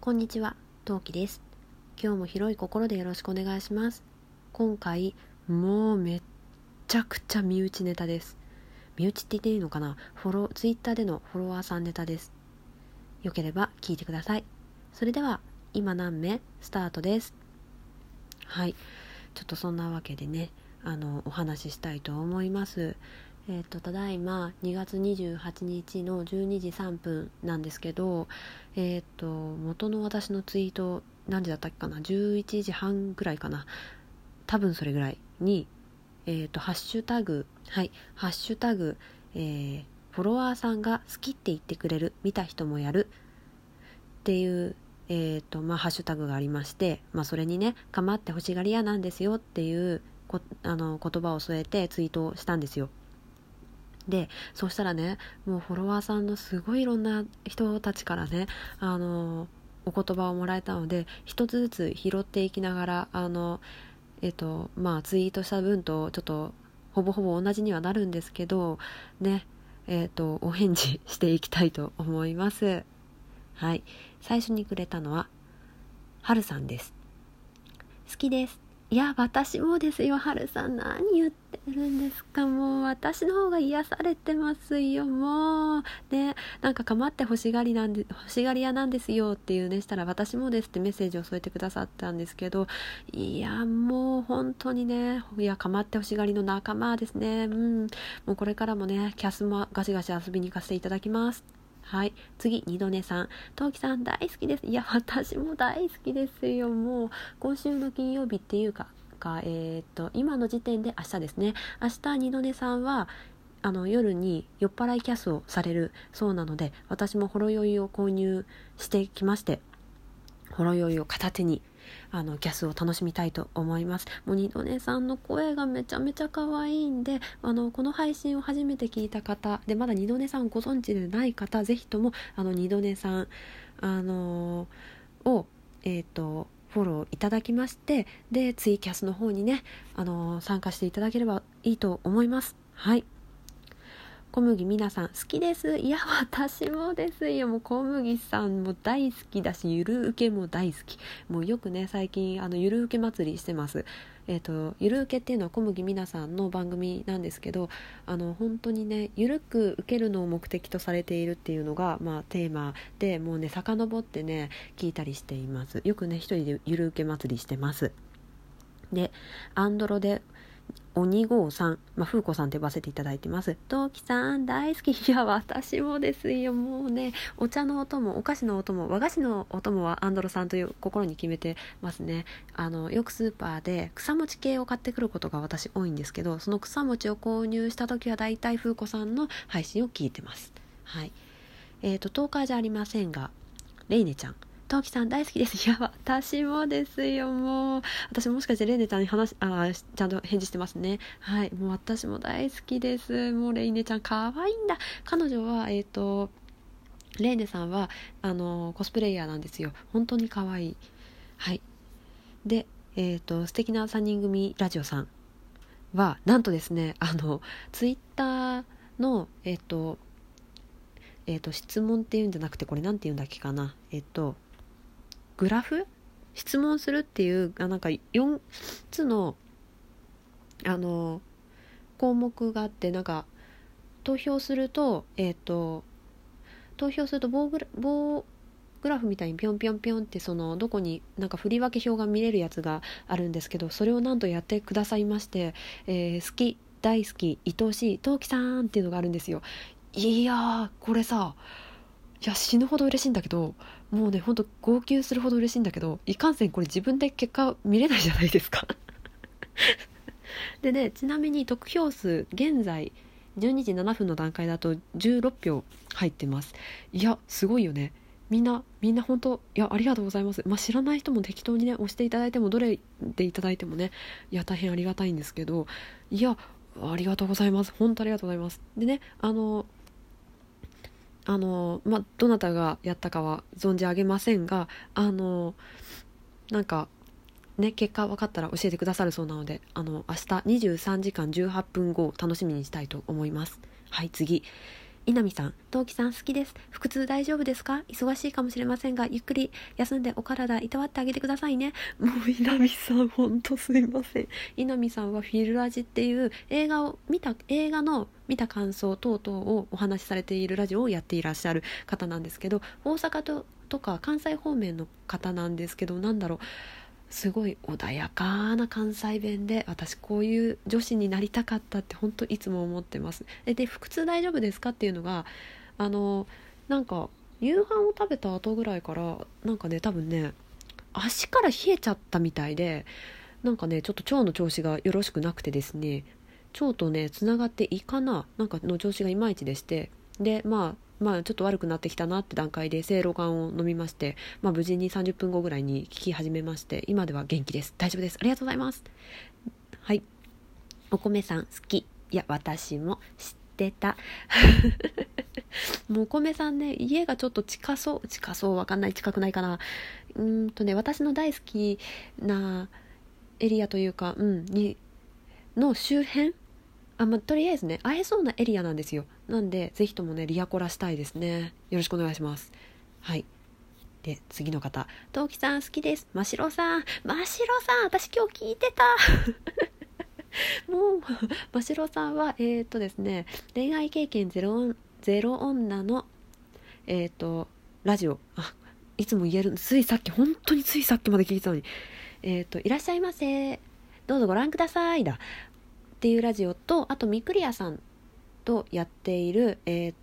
こんにちは、トウキです。今日も広い心でよろしくお願いします。今回もうめっちゃくちゃ身内ネタです。身内って言っていいのかな、ツイッターでのフォロワーさんネタです。よければ聞いてください。それでは今何目スタートです。はい、ちょっとそんなわけでね、お話ししたいと思います。ただいま2月28日の12時3分なんですけど、元の私のツイート何時だったっけかな、11時半ぐらいかな、多分それぐらいに、ハッシュタグ、ハッシュタグ、フォロワーさんが好きって言ってくれる、見た人もやるっていう、ハッシュタグがありまして、それにね、構って欲しがり屋なんですよっていう言葉を添えてツイートをしたんですよ。で、そうしたらね、もうフォロワーさんのすごいいろんな人たちからね、お言葉をもらえたので、一つずつ拾っていきながら、ツイートした分とちょっとほぼほぼ同じにはなるんですけどね、お返事していきたいと思います。はい、最初にくれたのははるさんです。好きです。いや、私もですよ。はるさん、何言ってるんですか。もう私の方が癒されてますよ。もうね、なんか構って欲しがり屋なんですよっていうね、したら私もですってメッセージを添えてくださったんですけど、いや、もう本当にね、いや、構って欲しがりの仲間ですね。もうこれからもね、キャスもガシガシ遊びに行かせていただきます。はい、次、二度寝さん。トウキさん大好きです。いや、私も大好きですよ。もう今週の金曜日っていうか、今の時点で明日ですね。明日二度寝さんは夜に酔っ払いキャスをされるそうなので、私もほろ酔いを購入してきまして、ほろ酔いを片手にキャスを楽しみたいと思います。もう二度寝さんの声がめちゃめちゃ可愛いんで、この配信を初めて聞いた方で、まだ二度寝さんをご存知でない方、ぜひとも二度寝さんをフォローいただきまして、でツイキャスの方にね、参加していただければいいと思います。はい、小麦皆さん好きです。いや、私もですよ。もう小麦さんも大好きだし、ゆるうけも大好き。もうよくね、最近ゆるうけ祭りしてます。ゆるうけっていうのは小麦皆さんの番組なんですけど、本当にね、ゆるく受けるのを目的とされているっていうのが、テーマで、もうね、遡ってね聞いたりしています。よくね、一人でゆるうけ祭りしてます。で、アンドロで鬼号さん、風子さんと呼ばせていただいてます。トウキさん大好き。いや、私もですよ。もうね、お茶のお供、お菓子のお供、和菓子のお供はアンドロさんという心に決めてますね。よくスーパーで草餅系を買ってくることが私多いんですけど、その草餅を購入した時はだいたい風子さんの配信を聞いてます。はい。10日じゃありませんが、レイネちゃん、トウキさん大好きです。いや、私もですよ。もう私もしかしてレイネちゃんにちゃんと返事してますね。はい、もう私も大好きです。もうレイネちゃん可愛いんだ。彼女はレイネさんはコスプレイヤーなんですよ。本当に可愛い。はい。で、素敵な3人組ラジオさんはなんとですね、ツイッターの質問っていうんじゃなくて、これなんていうんだっけかな、グラフ、質問するっていうなんか4つの項目があって、なんか投票すると棒グラフみたいにピョンピョンピョンって、そのどこになんか振り分け表が見れるやつがあるんですけど、それをなんとやってくださいまして、好き、大好き、愛おしい、トウキさんっていうのがあるんですよ。いやー、これさ、いや、死ぬほど嬉しいんだけど、もうね、ほんと号泣するほど嬉しいんだけど、いかんせんこれ自分で結果見れないじゃないですかでね、ちなみに得票数現在12時7分の段階だと16票入ってます。いや、すごいよね。みんな本当、いや、ありがとうございます。知らない人も適当にね押していただいても、どれでいただいてもね、いや大変ありがたいんですけど、いや、ありがとうございます。本当ありがとうございます。でね、どなたがやったかは存じ上げませんが、なんかね、結果分かったら教えてくださるそうなので、明日23時間18分後を楽しみにしたいと思います。はい、次、 稲見さん、陶器さん好きです。腹痛大丈夫ですか？忙しいかもしれませんが、ゆっくり休んでお体いたわってあげてくださいね。もう稲見さん、ほんとすいません。稲見さんはフィルラジっていう映画の見た感想等々をお話しされているラジオをやっていらっしゃる方なんですけど、大阪とか関西方面の方なんですけど、すごい穏やかな関西弁で、私こういう女子になりたかったって本当いつも思ってます。で腹痛大丈夫ですかっていうのがなんか夕飯を食べた後ぐらいから多分ね足から冷えちゃったみたいで、ちょっと腸の調子がよろしくなくてですね、腸とねつながっていいかなの調子がいまいちでして、でちょっと悪くなってきたなって段階でせいろがんを飲みまして、無事に30分後ぐらいに効き始めまして、今では元気です。大丈夫です。ありがとうございます。はい。お米さん好き。いや私も知ってたもうお米さんね、家がちょっと近そうわかんない、近くないかな。私の大好きなエリアというか、の周辺、とりあえずね会えそうなエリアなんですよ。なんでぜひともねリアコラしたいですね。よろしくお願いします。はい。で次の方、陶器さん好きです。真白さん、私今日聞いてたもう真白さんはですね、恋愛経験ゼロ女のラジオ、いつも言える、本当についさっきまで聞いてたのに、いらっしゃいませ、どうぞご覧くださいだっていうラジオと、あとミクリアさんとやっている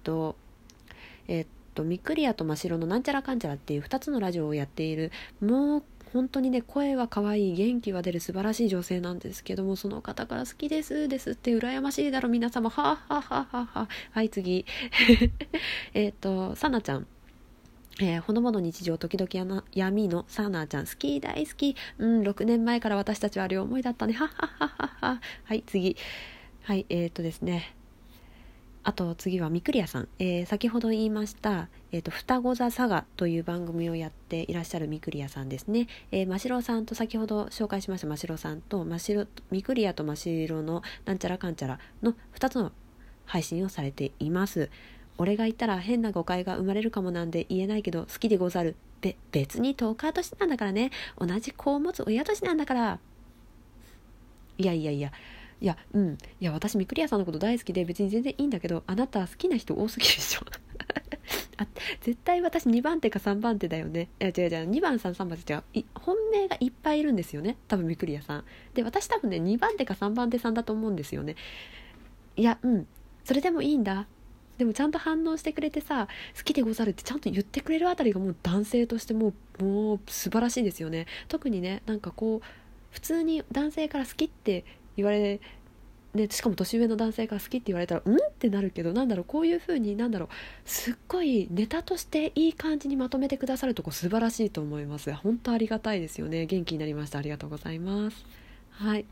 ミクリアと真白のなんちゃらかんちゃらっていう2つのラジオをやっている、もう本当にね声は可愛い、元気は出る素晴らしい女性なんですけども、その方から好きですって羨ましいだろ皆様、ははははは。はい次さなちゃん、ほのぼの日常時々闇のサナちゃん、好き大好き、6年前から私たちは両思いだったね、ははははは。はい次、はいですね、あと次はミクリアさん、先ほど言いました、双子座サガという番組をやっていらっしゃるミクリアさんですね。真白さんと先ほど紹介しました真白さんとミクリアと真白のなんちゃらかんちゃらの2つの配信をされています。俺が言ったら変な誤解が生まれるかもなんで言えないけど、好きでござる。別にトーカーとしてなんだからね、同じ子を持つ親としてなんだから。いや、私ミクリアさんのこと大好きで別に全然いいんだけど、あなた好きな人多すぎるでしょ絶対私2番手か3番手だよね。違う2番3番手違う、本命がいっぱいいるんですよね、多分ミクリアさんで。私多分ね2番手か3番手さんだと思うんですよね。それでもいいんだ。でもちゃんと反応してくれてさ、好きでござるってちゃんと言ってくれるあたりがもう男性としてもう素晴らしいですよね。特にね普通に男性から好きって言われね、しかも年上の男性から好きって言われたらってなるけど、こういう風にすっごいネタとしていい感じにまとめてくださるとこ素晴らしいと思います。本当ありがたいですよね。元気になりました。ありがとうございます。はい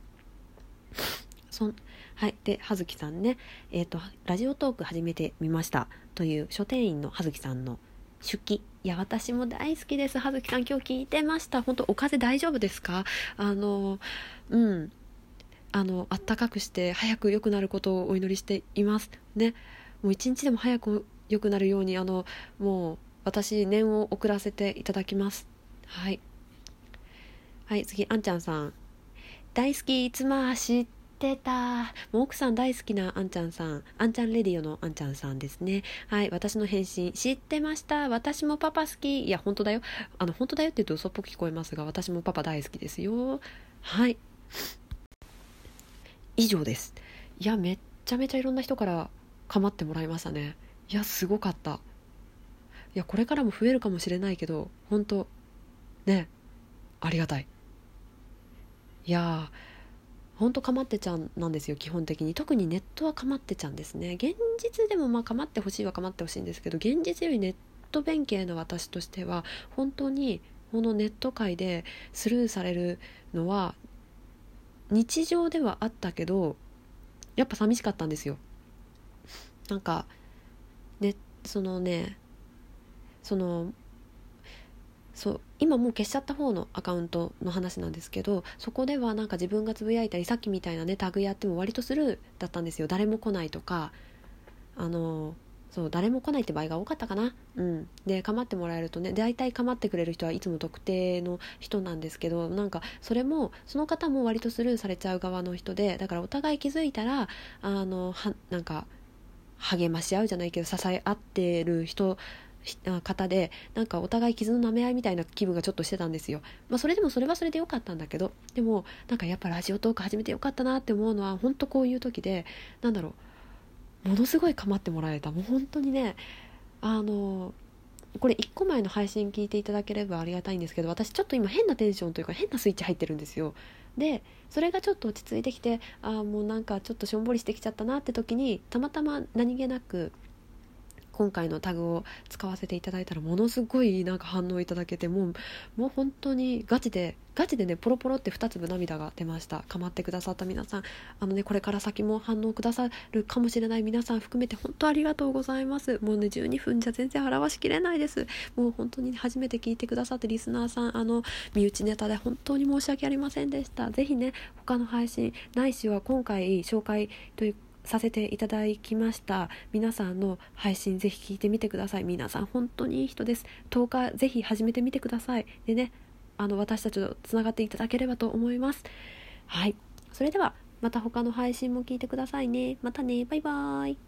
で葉月さんね、ラジオトーク始めてみましたという書店員の葉月さんの手記、いや私も大好きです。葉月さん今日聞いてました。本当お風邪大丈夫ですか？あったかくして早く良くなることをお祈りしていますね。もう一日でも早く良くなるようにもう私念を送らせていただきます。はい次、あんちゃんさん、大好き妻知ってた。もう奥さん大好きなあんちゃんさん、あんちゃんレディオのあんちゃんさんですね。私の返信知ってました。私もパパ好き。いや本当だよ、本当だよって言うと嘘っぽく聞こえますが、私もパパ大好きですよ。以上です。いやめっちゃめちゃいろんな人から構ってもらいましたね。いやすごかった。いやこれからも増えるかもしれないけど、本当ねありがたい。いや本当かまってちゃんなんですよ。基本的に特にネットはかまってちゃんですね。現実でもかまってほしいはかまってほしいんですけど、現実よりネット弁慶の私としては本当にこのネット界でスルーされるのは日常ではあったけど、やっぱ寂しかったんですよ。今もう消しちゃった方のアカウントの話なんですけど、そこでは自分がつぶやいたり、さっきみたいなねタグやっても割とスルーだったんですよ。誰も来ないとか、 そう誰も来ないって場合が多かったかな。で構ってもらえるとね、大体構ってくれる人はいつも特定の人なんですけど、なんかそれもその方も割とスルーされちゃう側の人で、だからお互い気づいたらなんか励まし合うじゃないけど支え合ってる方で、なんかお互い傷の舐め合いみたいな気分がちょっとしてたんですよ。それでもそれはそれでよかったんだけど、でもなんかやっぱラジオトーク始めてよかったなって思うのは本当こういう時で、ものすごい構ってもらえた。もう本当にね、これ1個前の配信聞いていただければありがたいんですけど、私ちょっと今変なテンションというか変なスイッチ入ってるんですよ。でそれがちょっと落ち着いてきて、もうなんかちょっとしょんぼりしてきちゃったなって時に、たまたま何気なく今回のタグを使わせていただいたら、ものすごいなんか反応いただけて、もう本当にガチでね、ポロポロって2粒涙が出ました。構ってくださった皆さん、これから先も反応くださるかもしれない皆さん含めて本当ありがとうございます。もうね、12分じゃ全然表しきれないです。もう本当に初めて聞いてくださってリスナーさん、身内ネタで本当に申し訳ありませんでした。ぜひね、他の配信ないしは今回紹介というさせていただきました皆さんの配信、ぜひ聞いてみてください。皆さん本当にいい人です。10日ぜひ始めてみてください。でね、私たちとつながっていただければと思います。はい、それではまた他の配信も聞いてくださいね。またね、バイバーイ。